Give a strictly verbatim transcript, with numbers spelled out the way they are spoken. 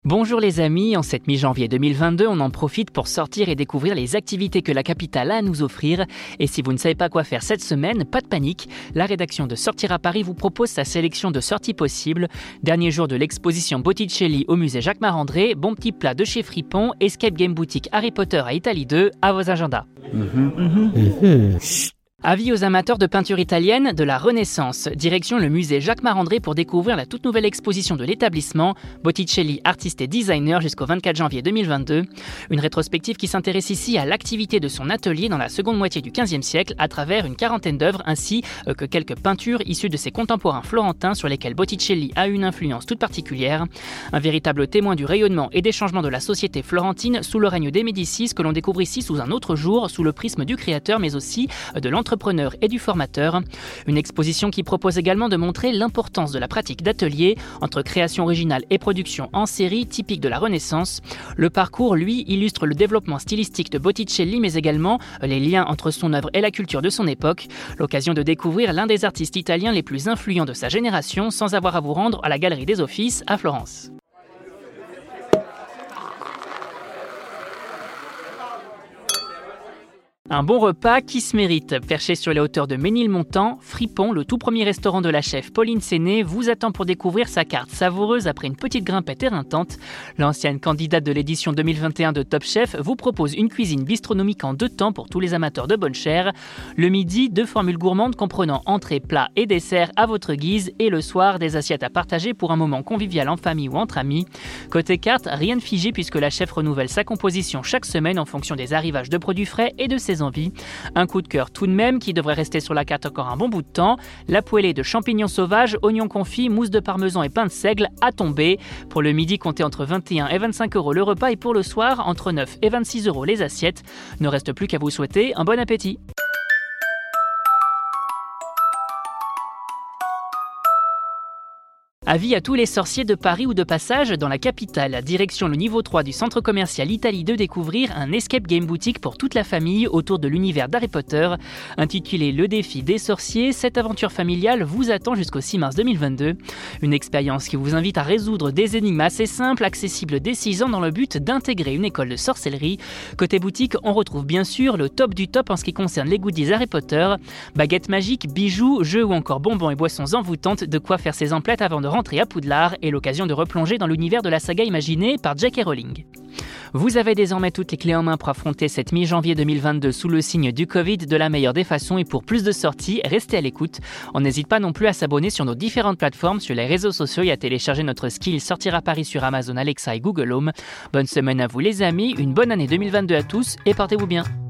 Bonjour les amis, en cette mi-janvier deux mille vingt-deux, on en profite pour sortir et découvrir les activités que la capitale a à nous offrir. Et si vous ne savez pas quoi faire cette semaine, pas de panique, la rédaction de Sortir à Paris vous propose sa sélection de sorties possibles. Dernier jour de l'exposition Botticelli au musée Jacques-Marandré, bon petit plat de chez Fripon, Escape Game Boutique Harry Potter à Italie deux, à vos agendas. Mmh. Mmh. Avis aux amateurs de peinture italienne de la Renaissance. Direction le musée Jacques-Marandré pour découvrir la toute nouvelle exposition de l'établissement, Botticelli, artiste et designer jusqu'au vingt-quatre janvier deux mille vingt-deux. Une rétrospective qui s'intéresse ici à l'activité de son atelier dans la seconde moitié du quinzième siècle à travers une quarantaine d'œuvres ainsi que quelques peintures issues de ses contemporains florentins sur lesquelles Botticelli a une influence toute particulière. Un véritable témoin du rayonnement et des changements de la société florentine sous le règne des Médicis que l'on découvre ici sous un autre jour, sous le prisme du créateur mais aussi de l'entrepreneur entrepreneur et du formateur. Une exposition qui propose également de montrer l'importance de la pratique d'atelier entre création originale et production en série typique de la Renaissance. Le parcours, lui, illustre le développement stylistique de Botticelli mais également les liens entre son œuvre et la culture de son époque. L'occasion de découvrir l'un des artistes italiens les plus influents de sa génération sans avoir à vous rendre à la Galerie des Offices à Florence. Un bon repas qui se mérite. Perché sur les hauteurs de Ménilmontant, Fripon, le tout premier restaurant de la chef Pauline Séné, vous attend pour découvrir sa carte savoureuse après une petite grimpette éreintante. L'ancienne candidate de l'édition deux mille vingt et un de Top Chef vous propose une cuisine bistronomique en deux temps pour tous les amateurs de bonne chère. Le midi, deux formules gourmandes comprenant entrée, plat et dessert à votre guise. Et le soir, des assiettes à partager pour un moment convivial en famille ou entre amis. Côté carte, rien de figé puisque la chef renouvelle sa composition chaque semaine en fonction des arrivages de produits frais et de saison. Envie. Un coup de cœur tout de même qui devrait rester sur la carte encore un bon bout de temps. La poêlée de champignons sauvages, oignons confits, mousse de parmesan et pain de seigle à tomber. Pour le midi, comptez entre vingt et un et vingt-cinq euros le repas et pour le soir, entre neuf et vingt-six euros les assiettes. Ne reste plus qu'à vous souhaiter un bon appétit. Avis à tous les sorciers de Paris ou de passage dans la capitale. Direction le niveau trois du centre commercial Italie deux, découvrir un escape game boutique pour toute la famille autour de l'univers d'Harry Potter. Intitulé Le défi des sorciers, cette aventure familiale vous attend jusqu'au six mars deux mille vingt-deux. Une expérience qui vous invite à résoudre des énigmes assez simples, accessibles dès six ans dans le but d'intégrer une école de sorcellerie. Côté boutique, on retrouve bien sûr le top du top en ce qui concerne les goodies Harry Potter. Baguettes magiques, bijoux, jeux ou encore bonbons et boissons envoûtantes, de quoi faire ses emplettes avant de rentrer à Poudlard et l'occasion de replonger dans l'univers de la saga imaginée par J K Rowling. Vous avez désormais toutes les clés en main pour affronter cette mi-janvier deux mille vingt-deux sous le signe du Covid de la meilleure des façons et pour plus de sorties, restez à l'écoute. On n'hésite pas non plus à s'abonner sur nos différentes plateformes, sur les réseaux sociaux et à télécharger notre skill Sortir à Paris sur Amazon Alexa et Google Home. Bonne semaine à vous les amis, une bonne année deux mille vingt-deux à tous et portez-vous bien.